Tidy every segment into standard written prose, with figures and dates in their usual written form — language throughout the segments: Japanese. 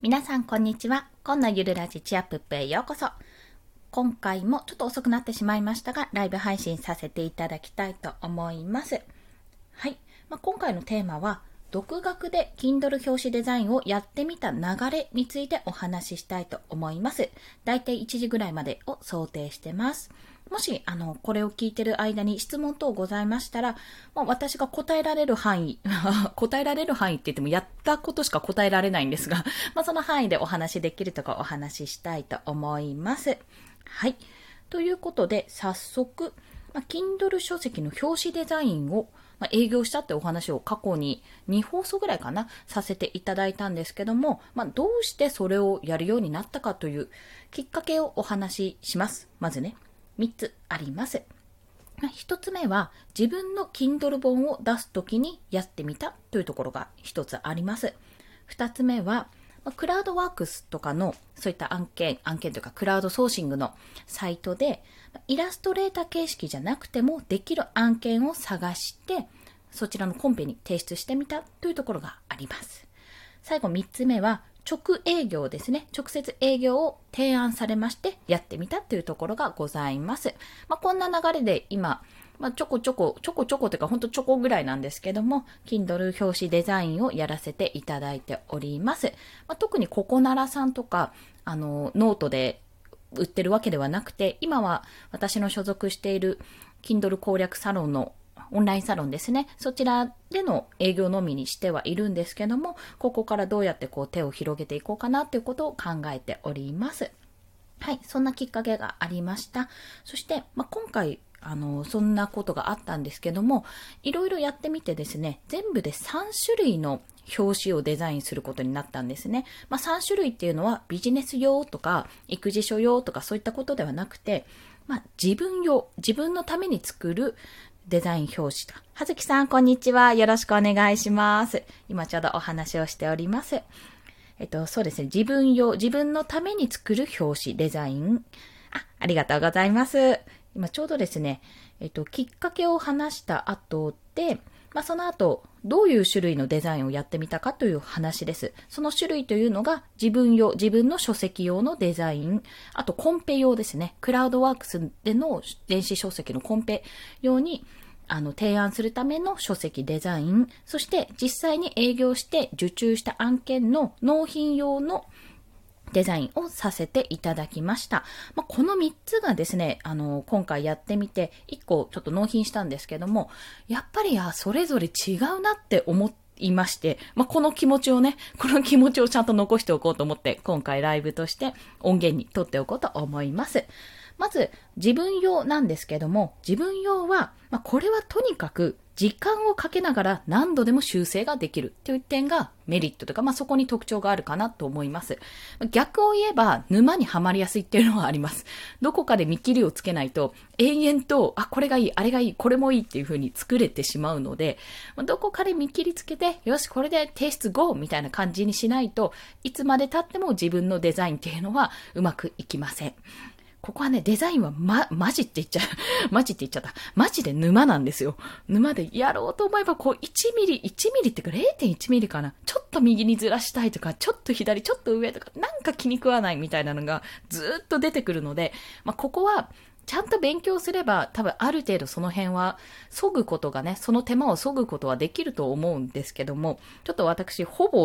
皆さんこんにちは。今のゆるラジチアップップへようこそ。今回もちょっと遅くなってしまいましたが、ライブ配信させていただきたいと思います。はい。今回のテーマは、独学で Kindle 表紙デザインをやってみた流れについてお話ししたいと思います。だいたい1時ぐらいまでを想定してます。もし、これを聞いてる間に質問等ございましたら、私が答えられる範囲、答えられる範囲って言ってもやったことしか答えられないんですが、その範囲でお話しできるとかお話ししたいと思います。はい。ということで、早速、Kindle 書籍の表紙デザインを営業したってお話を過去に2放送ぐらいかなさせていただいたんですけども、どうしてそれをやるようになったかというきっかけをお話しします。まずね。3つあります。1つ目は自分の Kindle 本を出すときにやってみたというところが1つあります。2つ目はクラウドワークスとかのそういった案件というかクラウドソーシングのサイトでイラストレーター形式じゃなくてもできる案件を探してそちらのコンペに提出してみたというところがあります。最後3つ目は直営業ですね。直接営業を提案されましてやってみたというところがございます。こんな流れで今、ちょこちょこというかほんとちょこぐらいなんですけども、Kindle 表紙デザインをやらせていただいております。特にココナラさんとか、ノートで売ってるわけではなくて、今は私の所属している Kindle 攻略サロンのオンラインサロンですね。そちらでの営業のみにしてはいるんですけども、ここからどうやって手を広げていこうかなということを考えております。はい、そんなきっかけがありました。そして、今回、そんなことがあったんですけども、いろいろやってみてですね、全部で3種類の表紙をデザインすることになったんですね。3種類っていうのはビジネス用とか育児書用とかそういったことではなくて、自分用、自分のために作るデザイン表紙と。はずきさん、こんにちは。よろしくお願いします。今ちょうどお話をしております。そうですね。自分用、自分のために作る表紙、デザイン。ありがとうございます。今ちょうどですね、きっかけを話した後で、その後、どういう種類のデザインをやってみたかという話です。その種類というのが、自分用、自分の書籍用のデザイン、あとコンペ用ですね。クラウドワークスでの電子書籍のコンペ用に、提案するための書籍デザイン、そして実際に営業して受注した案件の納品用のデザインをさせていただきました。この3つがですね、今回やってみて、1個ちょっと納品したんですけども、やっぱりそれぞれ違うなって思いまして、この気持ちをちゃんと残しておこうと思って、今回ライブとして音源に取っておこうと思います。まず、自分用なんですけども、自分用は、これはとにかく時間をかけながら何度でも修正ができるという点がメリットというか、そこに特徴があるかなと思います。逆を言えば、沼にはまりやすいっていうのはあります。どこかで見切りをつけないと、延々と、これがいい、あれがいい、これもいいっていう風に作れてしまうので、どこかで見切りつけて、よし、これで提出 GO! みたいな感じにしないと、いつまで経っても自分のデザインっていうのはうまくいきません。ここはね、デザインはマジって言っちゃった。マジで沼なんですよ。沼でやろうと思えば、1ミリっていうか 0.1 ミリかな。ちょっと右にずらしたいとか、ちょっと左、ちょっと上とか、なんか気に食わないみたいなのがずっと出てくるので、ここは、ちゃんと勉強すれば、多分ある程度その辺は、その手間を削ぐことはできると思うんですけども、ちょっと私、ほぼ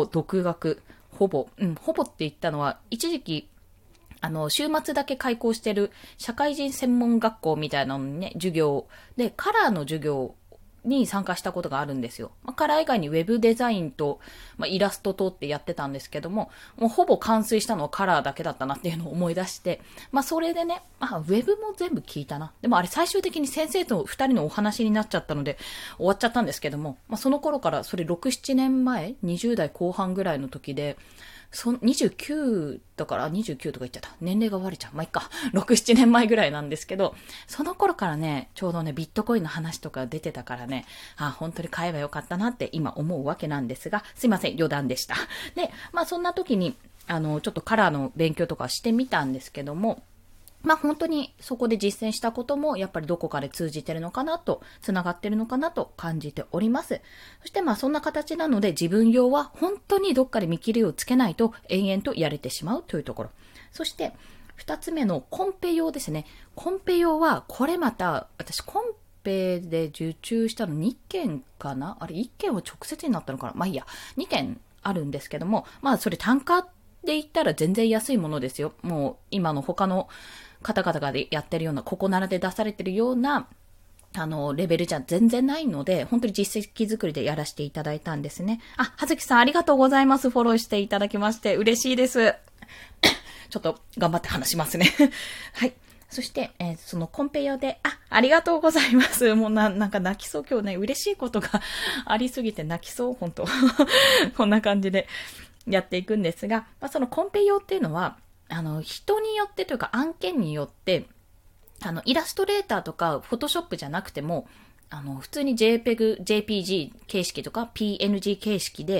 って言ったのは、一時期、週末だけ開講してる社会人専門学校みたいなのにね、授業で、カラーの授業に参加したことがあるんですよ。カラー以外にウェブデザインと、イラストとってやってたんですけども、もうほぼ完遂したのはカラーだけだったなっていうのを思い出して、それでね、ウェブも全部聞いたな。でもあれ最終的に先生と二人のお話になっちゃったので、終わっちゃったんですけども、その頃からそれ6、7年前、20代後半ぐらいの時で、29だから29とか言っちゃった。年齢が割れちゃう。いっか。6、7年前ぐらいなんですけど、その頃からね、ちょうどね、ビットコインの話とか出てたからね、本当に買えばよかったなって今思うわけなんですが、すいません、余談でした。で、そんな時に、ちょっとカラーの勉強とかしてみたんですけども、 本当にそこで実践したこともやっぱりどこかで通じてるのかなと、つながってるのかなと感じております。そしてそんな形なので自分用は本当にどっかで見切りをつけないと延々とやれてしまうというところ。そして二つ目のコンペ用ですね。コンペ用はこれまた私コンペで受注したの2件かな、あれ1件は直接になったのかな、いいや、2件あるんですけども、それ単価で言ったら全然安いものですよ。もう今の他の方々がやってるような、ここならで出されてるような、レベルじゃ全然ないので、本当に実績作りでやらせていただいたんですね。はずきさんありがとうございます。フォローしていただきまして、嬉しいです。ちょっと頑張って話しますね。はい。そして、そのコンペ用で、ありがとうございます。もうなんか泣きそう今日ね、嬉しいことがありすぎて泣きそう、本当こんな感じでやっていくんですが、そのコンペ用っていうのは、人によってというか案件によって、イラストレーターとかフォトショップじゃなくても、普通に JPG 形式とか PNG 形式で、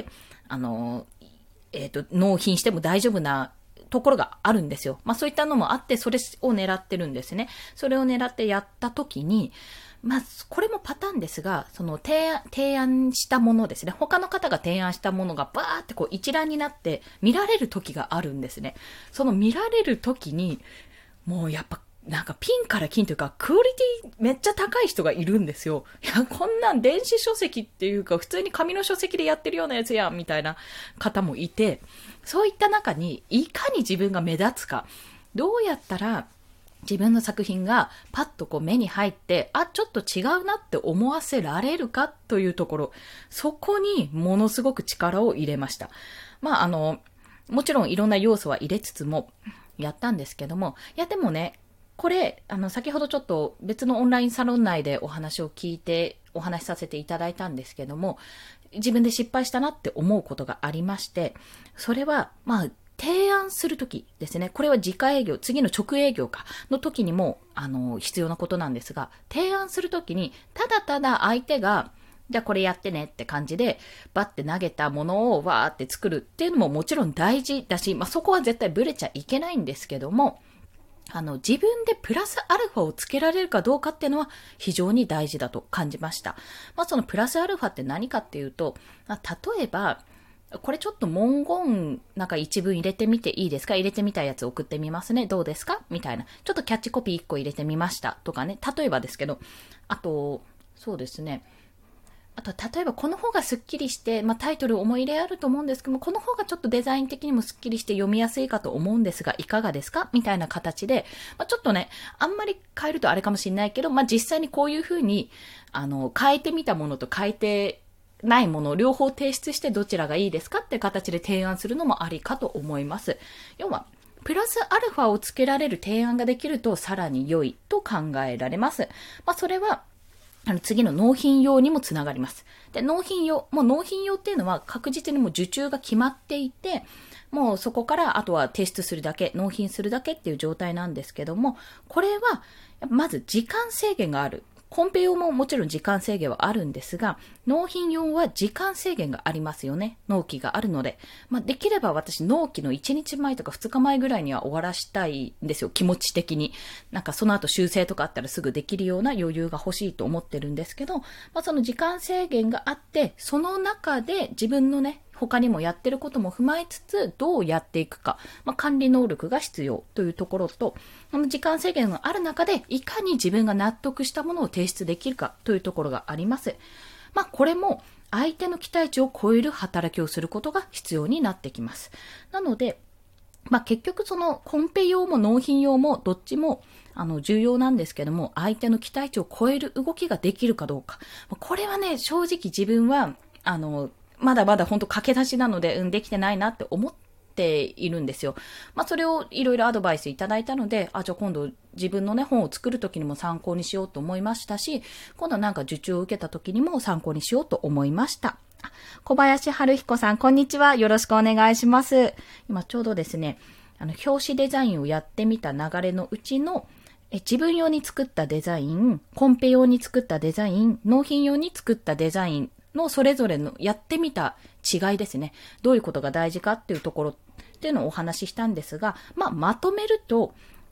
納品しても大丈夫なところがあるんですよ。そういったのもあって、それを狙ってるんですね。それを狙ってやったときに、これもパターンですが、その提案したものですね。他の方が提案したものがバーって一覧になって見られる時があるんですね。その見られる時に、もうやっぱなんかピンから金というか、クオリティめっちゃ高い人がいるんですよ。いや、こんなん電子書籍っていうか、普通に紙の書籍でやってるようなやつやん、みたいな方もいて、そういった中に、いかに自分が目立つか、どうやったら、自分の作品がパッと目に入って、ちょっと違うなって思わせられるかというところ、そこにものすごく力を入れました。もちろんいろんな要素は入れつつも、やったんですけども、いやでもね、これ、先ほどちょっと別のオンラインサロン内でお話を聞いて、お話しさせていただいたんですけども、自分で失敗したなって思うことがありまして、それは、提案するときですね。これは自家営業、次の直営業の時にも、必要なことなんですが、提案するときに、ただただ相手が、じゃあこれやってねって感じで、バッて投げたものをわーって作るっていうのももちろん大事だし、そこは絶対ブレちゃいけないんですけども、自分でプラスアルファをつけられるかどうかっていうのは非常に大事だと感じました。そのプラスアルファって何かっていうと、例えば、これちょっと文言なんか一文入れてみていいですか？入れてみたやつ送ってみますね。どうですか？みたいな。ちょっとキャッチコピー1個入れてみましたとかね。例えばですけど、あと、そうですね。あと、例えばこの方がスッキリして、タイトル思い入れあると思うんですけども、この方がちょっとデザイン的にもスッキリして読みやすいかと思うんですが、いかがですかみたいな形で、ちょっとね、あんまり変えるとあれかもしれないけど、実際にこういう風に、変えてみたものと変えてないものを両方提出してどちらがいいですかって形で提案するのもありかと思います。要は、プラスアルファをつけられる提案ができるとさらに良いと考えられます。それは、次の納品用にもつながります。で、納品用っていうのは確実にもう受注が決まっていて、もうそこからあとは提出するだけ、納品するだけっていう状態なんですけども、これは、まず時間制限がある。コンペ用ももちろん時間制限はあるんですが、納品用は時間制限がありますよね。納期があるので。できれば私納期の1日前とか2日前ぐらいには終わらしたいんですよ。気持ち的に。なんかその後修正とかあったらすぐできるような余裕が欲しいと思ってるんですけど、その時間制限があって、その中で自分のね、他にもやってることも踏まえつつ、どうやっていくか、管理能力が必要というところと、時間制限がある中で、いかに自分が納得したものを提出できるかというところがあります。これも相手の期待値を超える働きをすることが必要になってきます。なので、結局そのコンペ用も納品用もどっちも重要なんですけども、相手の期待値を超える動きができるかどうか。これはね、正直自分は、まだまだ本当駆け出しなので、できてないなって思っているんですよ。それをいろいろアドバイスいただいたので、じゃあ今度自分のね、本を作るときにも参考にしようと思いましたし、今度なんか受注を受けたときにも参考にしようと思いました。小林春彦さん、こんにちは。よろしくお願いします。今ちょうどですね、表紙デザインをやってみた流れのうちの、自分用に作ったデザイン、コンペ用に作ったデザイン、納品用に作ったデザインのそれぞれのやってみた違いですね。どういうことが大事かっていうところっていうのをお話ししたんですが、まとめると、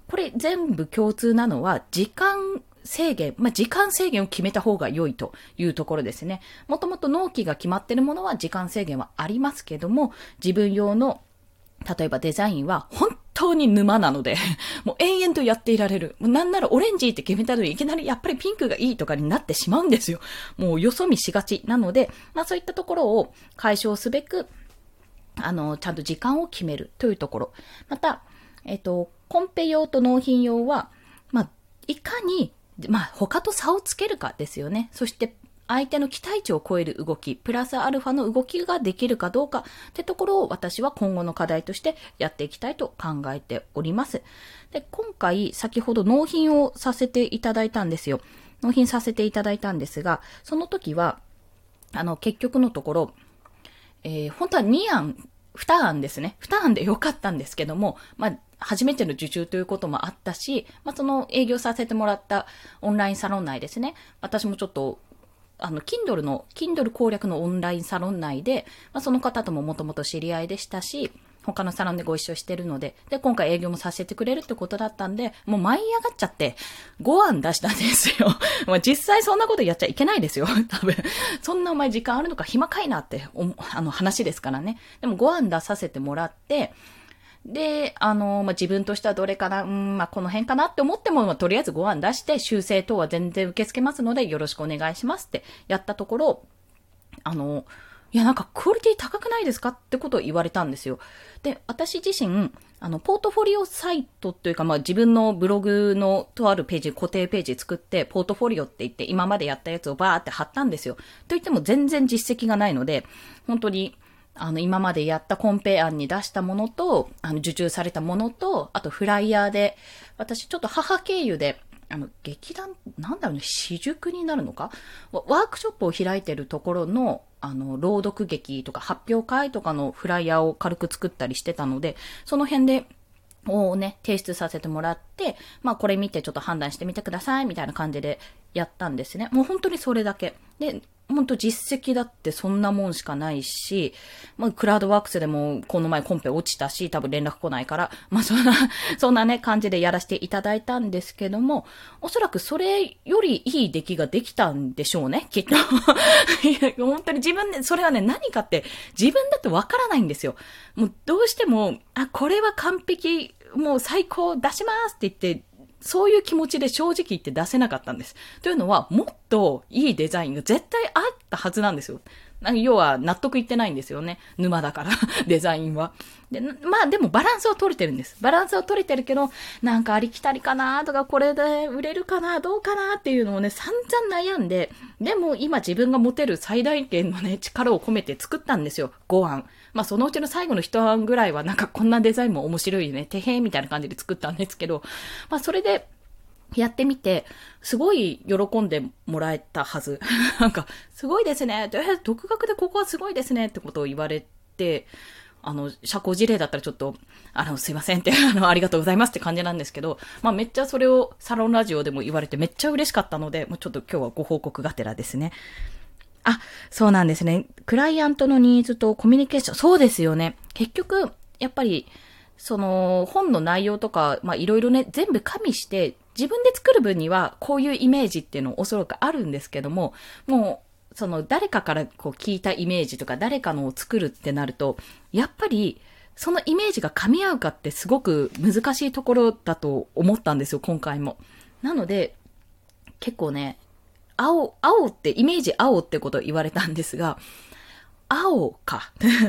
これ全部共通なのは時間制限を決めた方が良いというところですね。もともと納期が決まっているものは時間制限はありますけども、自分用の例えばデザインは本当に沼なので、もう延々とやっていられる。もうなんならオレンジって決めたのにいきなりやっぱりピンクがいいとかになってしまうんですよ。もうよそ見しがちなので、そういったところを解消すべく、ちゃんと時間を決めるというところ。また、コンペ用と納品用は、いかに、他と差をつけるかですよね。そして、相手の期待値を超える動き、プラスアルファの動きができるかどうかってところを私は今後の課題としてやっていきたいと考えております。で、今回先ほど納品をさせていただいたんですよ。納品させていただいたんですが、その時は、結局のところ、本当は2案、2案ですね。2案でよかったんですけども、初めての受注ということもあったし、その営業させてもらったオンラインサロン内ですね。私もちょっと、Kindle 攻略のオンラインサロン内で、その方とももともと知り合いでしたし、他のサロンでご一緒してるので、今回営業もさせてくれるってことだったんで、もう舞い上がっちゃって、5案出したんですよ。実際そんなことやっちゃいけないですよ。多分。そんなお前時間あるのか暇かいなって、話ですからね。でも5案出させてもらって、で、自分としてはどれかな、この辺かなって思っても、とりあえずご案出して、修正等は全然受け付けますので、よろしくお願いしますってやったところ、いやなんかクオリティ高くないですかってことを言われたんですよ。で、私自身、ポートフォリオサイトというか、自分のブログのとあるページ、固定ページ作って、ポートフォリオって言って、今までやったやつをバーって貼ったんですよ。と言っても全然実績がないので、本当に、今までやったコンペ案に出したものと、受注されたものと、あとフライヤーで、私ちょっと母経由で、劇団、私塾になるのかワークショップを開いてるところの、朗読劇とか発表会とかのフライヤーを軽く作ったりしてたので、その辺で、提出させてもらって、これ見てちょっと判断してみてください、みたいな感じでやったんですね。もう本当にそれだけ。で、本当実績だってそんなもんしかないし、クラウドワークスでもこの前コンペ落ちたし、多分連絡来ないから、そんなね、感じでやらせていただいたんですけども、おそらくそれよりいい出来ができたんでしょうね、きっと。本当に自分で、それはね、何かって自分だってわからないんですよ。もうどうしても、これは完璧、もう最高出しますって言って、そういう気持ちで正直言って出せなかったんです。というのは、もっといいデザインが絶対あったはずなんですよ。要は納得いってないんですよね。沼だから、デザインは。で、でもバランスは取れてるんです。バランスは取れてるけど、なんかありきたりかなとか、これで売れるかなどうかなっていうのをね、散々悩んで、でも今自分が持てる最大限のね、力を込めて作ったんですよ。5案。そのうちの最後の1案ぐらいはなんかこんなデザインも面白いね、てへーみたいな感じで作ったんですけど、それで、やってみて、すごい喜んでもらえたはず。なんか、すごいですね。独学でここはすごいですねってことを言われて、社交辞令だったらちょっと、すいませんって、ありがとうございますって感じなんですけど、めっちゃそれをサロンラジオでも言われてめっちゃ嬉しかったので、もうちょっと今日はご報告がてらですね。そうなんですね。クライアントのニーズとコミュニケーション、そうですよね。結局、やっぱり、その本の内容とか、いろいろね、全部加味して、自分で作る分にはこういうイメージっていうのおそらくあるんですけども、もう、その誰かからこう聞いたイメージとか誰かのを作るってなると、やっぱり、そのイメージが噛み合うかってすごく難しいところだと思ったんですよ、今回も。なので、結構ね、青って、イメージ青ってことを言われたんですが、青か。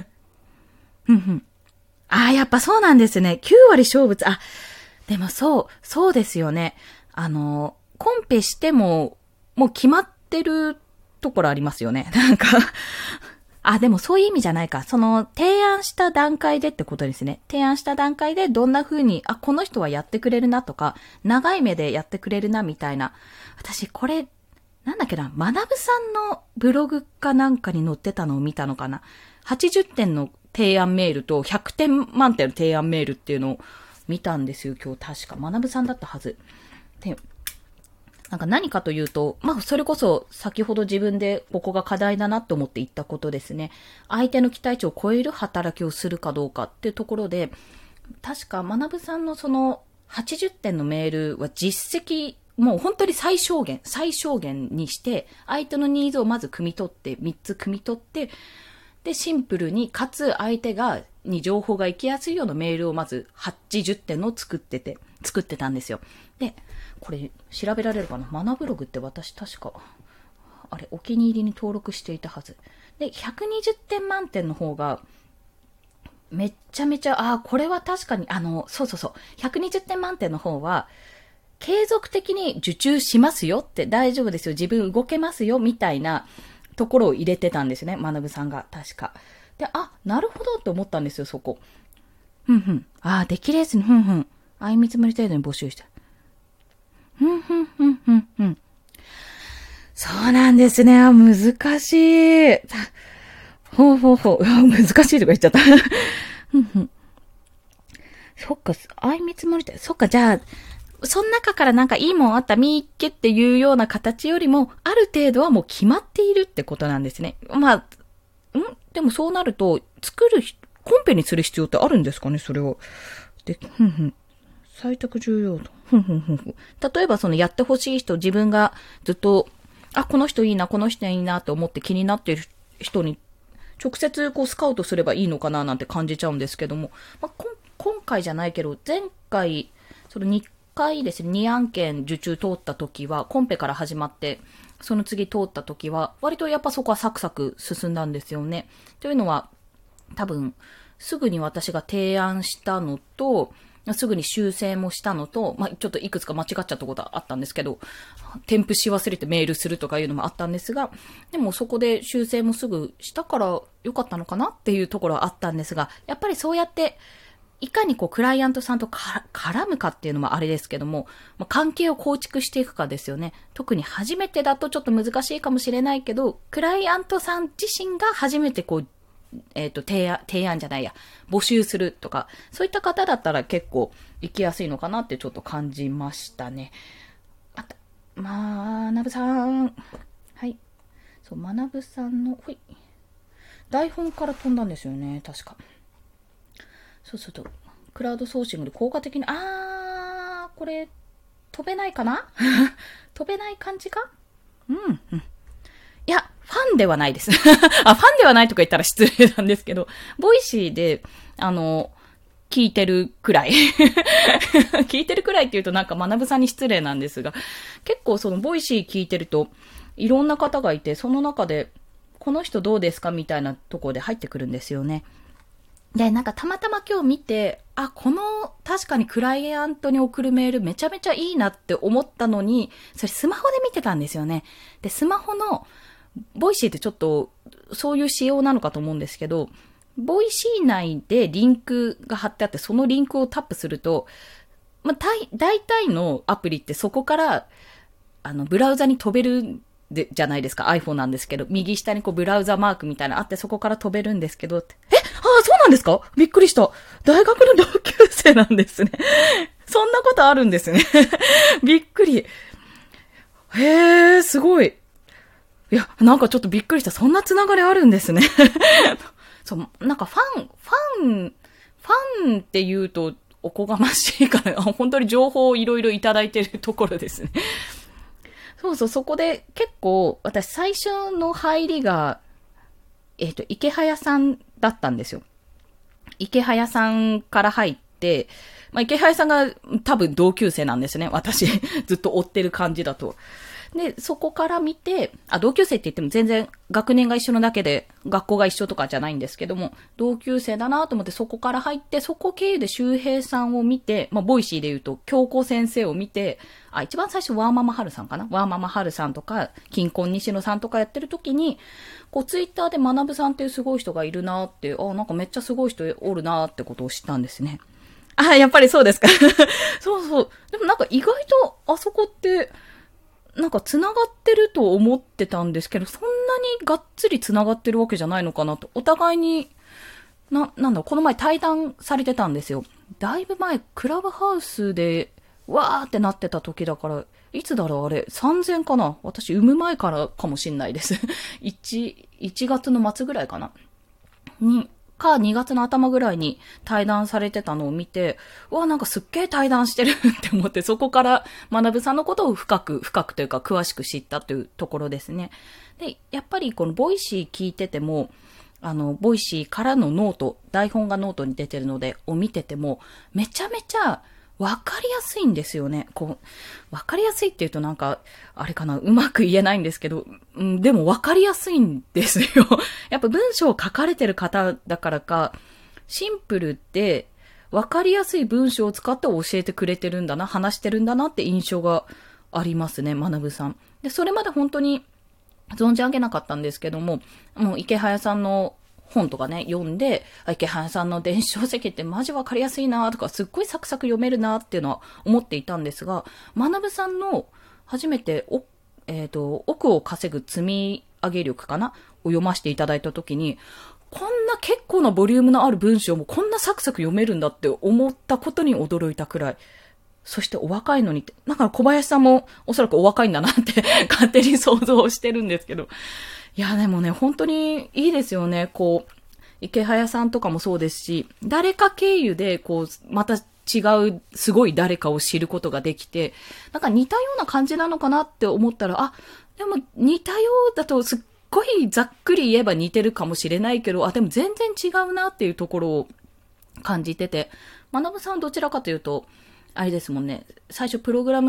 やっぱそうなんですね。9割勝負。でもそうですよね。コンペしても、もう決まってるところありますよね。なんかでもそういう意味じゃないか。その、提案した段階でってことですね。提案した段階でどんな風に、この人はやってくれるなとか、長い目でやってくれるなみたいな。私、これ、なんだっけな、学さんのブログかなんかに載ってたのを見たのかな。80点の提案メールと100点満点の提案メールっていうのを見たんですよ、今日確か。学さんだったはず。で、なんか何かというと、それこそ先ほど自分でここが課題だなと思って言ったことですね。相手の期待値を超える働きをするかどうかっていうところで、確か学さんのその 80点のメールは実績、もう本当に最小限にして、相手のニーズをまず3つ汲み取って、で、シンプルに、かつ相手に情報が行きやすいようなメールをまず80点の作ってたんですよ。で、これ調べられるかな？マナブログって私確か、お気に入りに登録していたはず。で、120点満点の方が、めっちゃめちゃ、これは確かに、120点満点の方は、継続的に受注しますよって、大丈夫ですよ、自分動けますよ、みたいなところを入れてたんですね、学さんが、確か。で、なるほどって思ったんですよ、そこ。できレースに、相見積もり程度に募集して。そうなんですね、難しい。難しいとか言っちゃった。そっか、相見積もり程度、そっか、じゃあ、その中からなんかいいもんあったみーっけっていうような形よりも、ある程度はもう決まっているってことなんですね。でもそうなると、コンペにする必要ってあるんですかね、それを。で、採択重要と。例えばそのやってほしい人、自分がずっと、この人いいな、この人いいなって思って気になっている人に、直接スカウトすればいいのかななんて感じちゃうんですけども、今回じゃないけど、前回、その2回ですね、2案件受注通った時は、コンペから始まって、その次通った時は、割とやっぱそこはサクサク進んだんですよね。というのは、多分、すぐに私が提案したのと、すぐに修正もしたのと、ちょっといくつか間違っちゃったことはあったんですけど、添付し忘れてメールするとかいうのもあったんですが、でもそこで修正もすぐしたから良かったのかなっていうところはあったんですが、やっぱりそうやって、いかにクライアントさんと絡むかっていうのもあれですけども、関係を構築していくかですよね。特に初めてだとちょっと難しいかもしれないけど、クライアントさん自身が初めて提案じゃないや、募集するとか、そういった方だったら結構行きやすいのかなってちょっと感じましたね。学さん。はい。そう、学さんの、台本から飛んだんですよね、確か。そうすると、クラウドソーシングで効果的に、これ、飛べないかな飛べない感じか？いや、ファンではないです。ファンではないとか言ったら失礼なんですけど、ボイシーで、聞いてるくらい。聞いてるくらいって言うとなんか学さんに失礼なんですが、結構そのボイシー聞いてると、いろんな方がいて、その中で、この人どうですかみたいなところで入ってくるんですよね。で、なんかたまたま今日見て、確かにクライアントに送るメールめちゃめちゃいいなって思ったのに、それスマホで見てたんですよね。で、スマホの、ボイシーってちょっと、そういう仕様なのかと思うんですけど、ボイシー内でリンクが貼ってあって、そのリンクをタップすると、大体のアプリってそこから、ブラウザに飛べるじゃないですか。iPhone なんですけど、右下にブラウザマークみたいなのあって、そこから飛べるんですけど、そうなんですか？びっくりした。大学の同級生なんですね。そんなことあるんですね。びっくり。へー、すごい。いや、なんかちょっとびっくりした。そんなつながりあるんですね。そう、なんかファンって言うとおこがましいから、本当に情報をいろいろいただいてるところですね。そこで結構、私最初の入りが、池早さんだったんですよ。池早さんから入って、池早さんが多分同級生なんですね。私、ずっと追ってる感じだと。で、そこから見て、同級生って言っても全然学年が一緒のだけで、学校が一緒とかじゃないんですけども、同級生だなと思ってそこから入って、そこ経由で周平さんを見て、ボイシーで言うと、京子先生を見て、一番最初ワーママハルさんかな？ワーママハルさんとか、金婚西野さんとかやってる時に、ツイッターで学さんっていうすごい人がいるなって、なんかめっちゃすごい人おるなってことを知ったんですね。やっぱりそうですか。そう。でもなんか意外と、あそこって、なんか繋がってると思ってたんですけど、そんなにがっつり繋がってるわけじゃないのかなと。お互いに、この前対談されてたんですよ。だいぶ前、クラブハウスで、わーってなってた時だから、いつだろうあれ、3000かな？私産む前からかもしんないです。1月の末ぐらいかなに、 か2月の頭ぐらいに対談されてたのを見て、うわ、なんかすっげえ対談してるって思って、そこから学さんのことを深くというか詳しく知ったというところですね。で、やっぱりこのボイシー聞いてても、ボイシーからのノート、台本がノートに出てるので、を見てても、めちゃめちゃわかりやすいんですよね。わかりやすいって言うとなんか、あれかな、うまく言えないんですけど、でもわかりやすいんですよ。やっぱ文章を書かれてる方だからか、シンプルで、わかりやすい文章を使って教えてくれてるんだな、話してるんだなって印象がありますね、学さん。で、それまで本当に、存じ上げなかったんですけども、もう池早さんの本とかね、読んで、池早さんの電子書籍ってマジわかりやすいなとか、すっごいサクサク読めるなっていうのは思っていたんですが、学さんの初めて億を稼ぐ積み上げ力かなを読ませていただいたときに、こんな結構なボリュームのある文章もこんなサクサク読めるんだって思ったことに驚いたくらい。そしてお若いのにって、だから小林さんもおそらくお若いんだなって勝手に想像してるんですけど。いや、でもね、本当にいいですよね。池早さんとかもそうですし、誰か経由で、また違うすごい誰かを知ることができて、なんか似たような感じなのかなって思ったら、でも似たようだとすっごいざっくり言えば似てるかもしれないけど、でも全然違うなっていうところを感じてて、学さんどちらかというと、あれですもんね。最初プログラム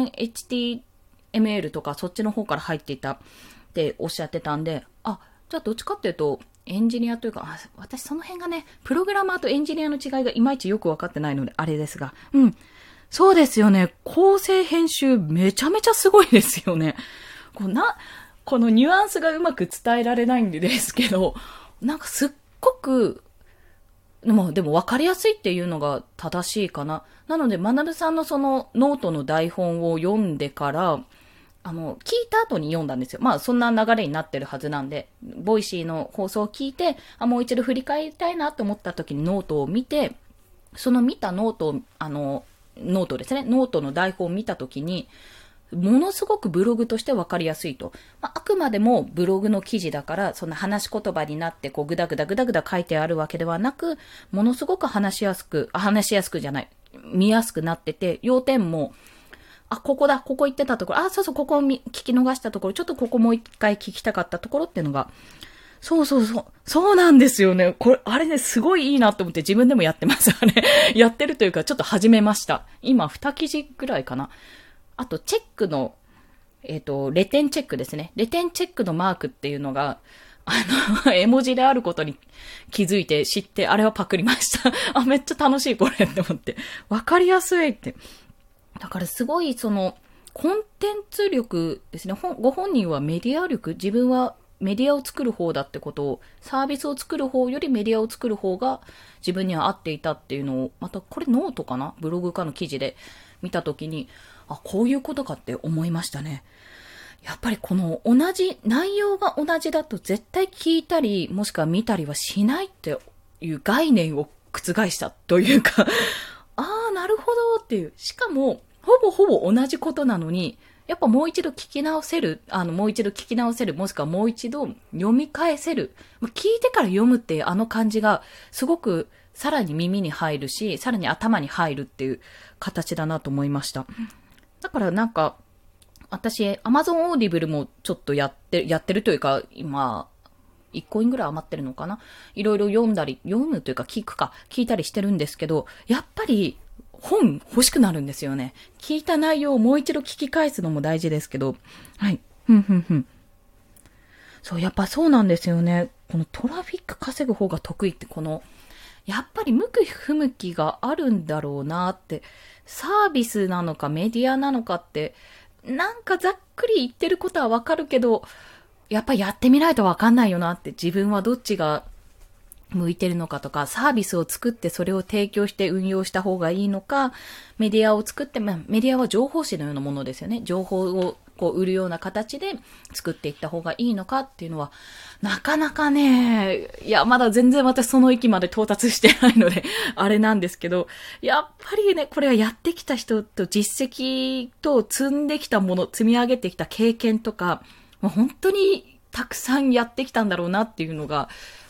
HTML とかそっちの方から入っていたっておっしゃってたんで、じゃあどっちかっていうとエンジニアというか、私その辺がね、プログラマーとエンジニアの違いがいまいちよくわかってないのであれですが、そうですよね。構成編集めちゃめちゃすごいですよね。このニュアンスがうまく伝えられないんですけど、なんかすっごくでも分かりやすいっていうのが正しいかな。なので、学さんのそのノートの台本を読んでから、聞いた後に読んだんですよ。そんな流れになってるはずなんで、ボイシーの放送を聞いて、もう一度振り返りたいなと思った時にノートを見て、その見たノートを、ノートですね。ノートの台本を見た時に、ものすごくブログとして分かりやすいと。あくまでもブログの記事だから、そんな話し言葉になってぐだぐだ書いてあるわけではなく、ものすごく話しやすくじゃない、見やすくなってて、要点も、ここ言ってたところ、そう、ここを聞き逃したところ、ちょっとここもう一回聞きたかったところっていうのが、そうなんですよね。あれね、すごいいいなと思って自分でもやってますよね。やってるというか、ちょっと始めました。今、2記事ぐらいかな。あと、チェックの、レテンチェックですね。レテンチェックのマークっていうのが、絵文字であることに気づいて知って、あれはパクりました。めっちゃ楽しいこれって思って。わかりやすいって。だからすごいコンテンツ力ですね。ご本人はメディア力、自分はメディアを作る方だってことを、サービスを作る方よりメディアを作る方が自分には合っていたっていうのを、またこれノートかな？ブログかの記事で見たときに、こういうことかって思いましたね。やっぱり内容が同じだと絶対聞いたり、もしくは見たりはしないっていう概念を覆したというか、なるほどっていう。しかも、ほぼ同じことなのに、やっぱもう一度聞き直せる、もしくはもう一度読み返せる。聞いてから読むっていう感じが、すごくさらに耳に入るし、さらに頭に入るっていう形だなと思いました。だからなんか、私、Amazon Audible もちょっとやってるというか、今、1コインぐらい余ってるのかな？いろいろ読むというか聞いたりしてるんですけど、やっぱり本欲しくなるんですよね。聞いた内容をもう一度聞き返すのも大事ですけど、はい。そう、やっぱそうなんですよね。このトラフィック稼ぐ方が得意ってやっぱり向き不向きがあるんだろうなって、サービスなのかメディアなのかって、なんかざっくり言ってることはわかるけど、やっぱやってみないとわかんないよなって、自分はどっちが向いてるのかとか、サービスを作ってそれを提供して運用した方がいいのか、メディアを作って、メディアは情報誌のようなものですよね。情報を売るような形で作っていった方がいいのかっていうのは、なかなかね、まだ全然私その域まで到達してないので、あれなんですけど、やっぱりね、これはやってきた人と実績と積んできたもの、積み上げてきた経験とか、本当にたくさんやってきたんだろうなっていうのが、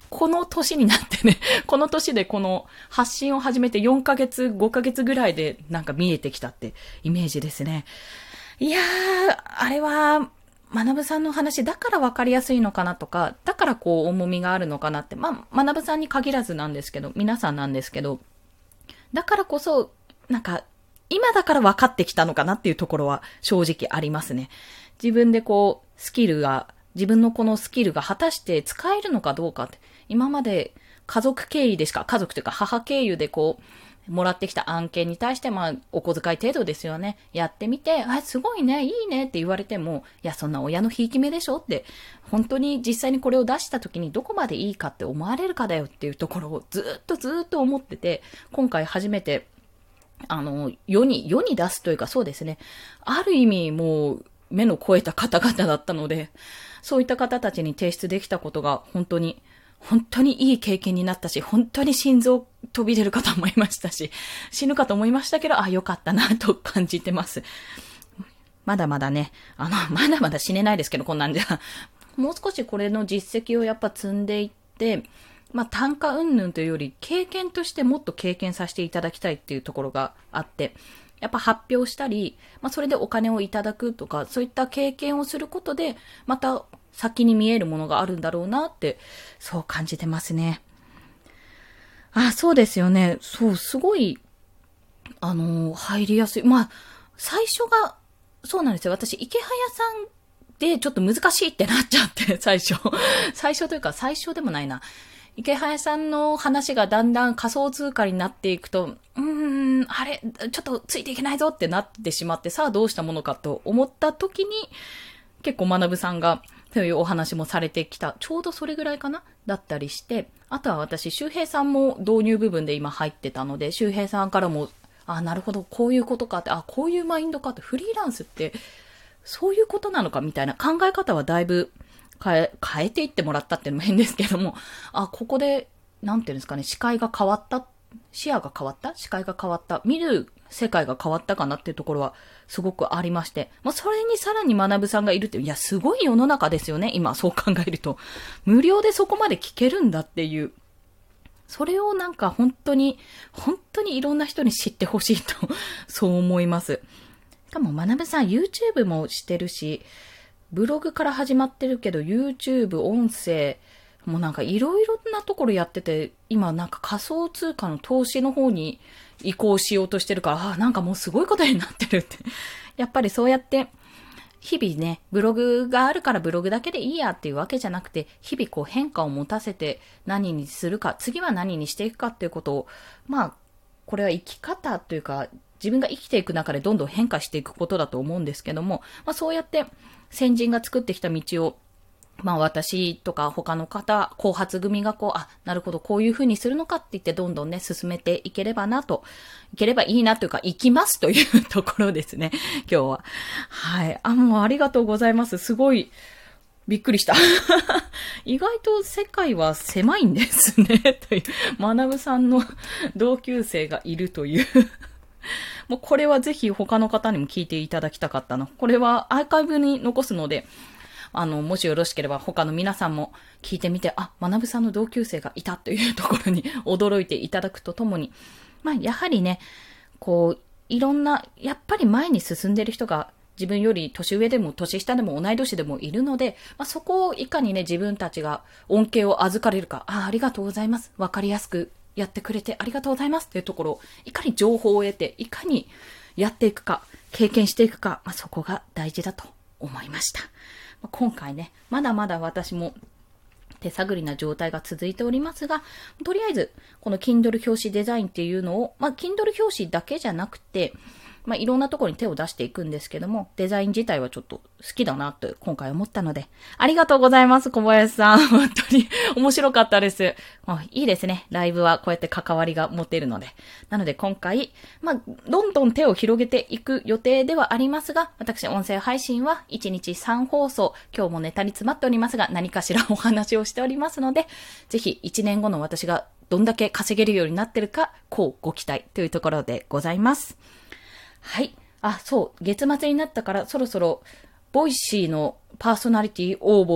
この年になってね、この年でこの発信を始めて4ヶ月、5ヶ月ぐらいでなんか見えてきたってイメージですね。いやー、あれは、学さんの話だから分かりやすいのかなとか、だからこう重みがあるのかなって、まあ、学さんに限らずなんですけど、皆さんなんですけど、だからこそ、なんか、今だから分かってきたのかなっていうところは正直ありますね。自分でこう、自分のこのスキルが果たして使えるのかどうかって、今まで家族というか母経由でこう、もらってきた案件に対して、お小遣い程度ですよね。やってみて、すごいね、いいねって言われても、いや、そんな親のひいき目でしょって、本当に実際にこれを出した時にどこまでいいかって思われるかだよっていうところをずっと思ってて、今回初めて、世に出すというかそうですね。ある意味もう、目の超えた方々だったので、そういった方たちに提出できたことが本当にいい経験になったし、本当に心臓飛び出るかと思いましたし、死ぬかと思いましたけど、よかったなと感じてます。まだまだね、まだまだ死ねないですけど、こんなんじゃ。もう少しこれの実績をやっぱ積んでいって、単価云々というより、経験としてもっと経験させていただきたいっていうところがあって、やっぱ発表したり、それでお金をいただくとか、そういった経験をすることで、また先に見えるものがあるんだろうなって、そう感じてますね。そうですよね。そう、すごい、入りやすい。最初が、そうなんですよ。私、池早さんでちょっと難しいってなっちゃって、最初。最初というか、最初でもないな。池早さんの話がだんだん仮想通貨になっていくと、あれ、ちょっとついていけないぞってなってしまって、さあどうしたものかと思った時に、結構学さんが、そういうお話もされてきた。ちょうどそれぐらいかなだったりして、あとは私、周平さんも導入部分で今入ってたので、周平さんからも、なるほど、こういうことかって、こういうマインドかって、フリーランスって、そういうことなのかみたいな考え方はだいぶ変えていってもらったっていうのも変ですけども、ここで、なんていうんですかね、視野が変わった、視界が変わった、見る世界が変わったかなっていうところはすごくありまして、それにさらに学さんがいるって、いや、すごい世の中ですよね、今そう考えると。無料でそこまで聞けるんだっていう。それをなんか本当にいろんな人に知ってほしいと、そう思います。しかも学さん YouTube もしてるし、ブログから始まってるけど YouTube、音声、もうなんかいろいろなところやってて、今なんか仮想通貨の投資の方に移行しようとしてるから、なんかもうすごいことになってるって。やっぱりそうやって、日々ね、ブログがあるからブログだけでいいやっていうわけじゃなくて、日々こう変化を持たせて何にするか、次は何にしていくかっていうことを、これは生き方というか、自分が生きていく中でどんどん変化していくことだと思うんですけども、そうやって先人が作ってきた道を、私とか他の方、後発組がなるほど、こういう風にするのかって言ってどんどんね、進めていければいいなというか、行きますというところですね、今日は。はい。もうありがとうございます。すごい、びっくりした。意外と世界は狭いんですね、という、学さんの同級生がいるという。もうこれはぜひ他の方にも聞いていただきたかったな。これはアーカイブに残すので、もしよろしければ他の皆さんも聞いてみて、学さんの同級生がいたというところに驚いていただくとともに、やはりね、いろんな、やっぱり前に進んでいる人が自分より年上でも年下でも同い年でもいるので、そこをいかにね、自分たちが恩恵を預かれるか、ありがとうございます。わかりやすくやってくれてありがとうございますというところを、いかに情報を得て、いかにやっていくか、経験していくか、そこが大事だと思いました。今回ね、まだまだ私も手探りな状態が続いておりますが、とりあえず、この Kindle 表紙デザインっていうのを、Kindle 表紙だけじゃなくて、いろんなところに手を出していくんですけども、デザイン自体はちょっと好きだなと今回思ったので、ありがとうございます、小林さん。本当に面白かったです。いいですね。ライブはこうやって関わりが持てるので。なので今回、どんどん手を広げていく予定ではありますが、私音声配信は1日3放送、今日もネタに詰まっておりますが、何かしらお話をしておりますので、ぜひ1年後の私がどんだけ稼げるようになってるか、ご期待というところでございます。はい。そう。月末になったからそろそろ、ボイシーのパーソナリティ応募を、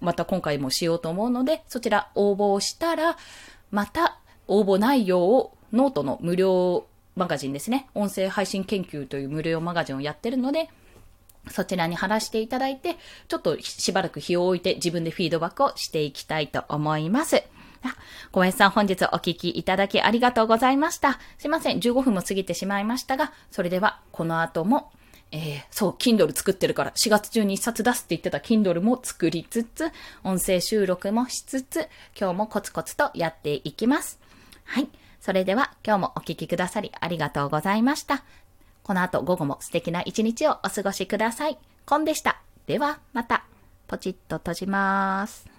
また今回もしようと思うので、そちら応募をしたら、また応募内容をノートの無料マガジンですね。音声配信研究という無料マガジンをやってるので、そちらに貼らせていただいて、ちょっとしばらく日を置いて自分でフィードバックをしていきたいと思います。小林さん、本日お聞きいただきありがとうございました。すいません、15分も過ぎてしまいましたが、それではこの後も、そう、Kindle 作ってるから、4月中に1冊出すって言ってた Kindle も作りつつ、音声収録もしつつ、今日もコツコツとやっていきます。はい。それでは今日もお聞きくださりありがとうございました。この後午後も素敵な一日をお過ごしください。コンでした。ではまた。ポチッと閉じます。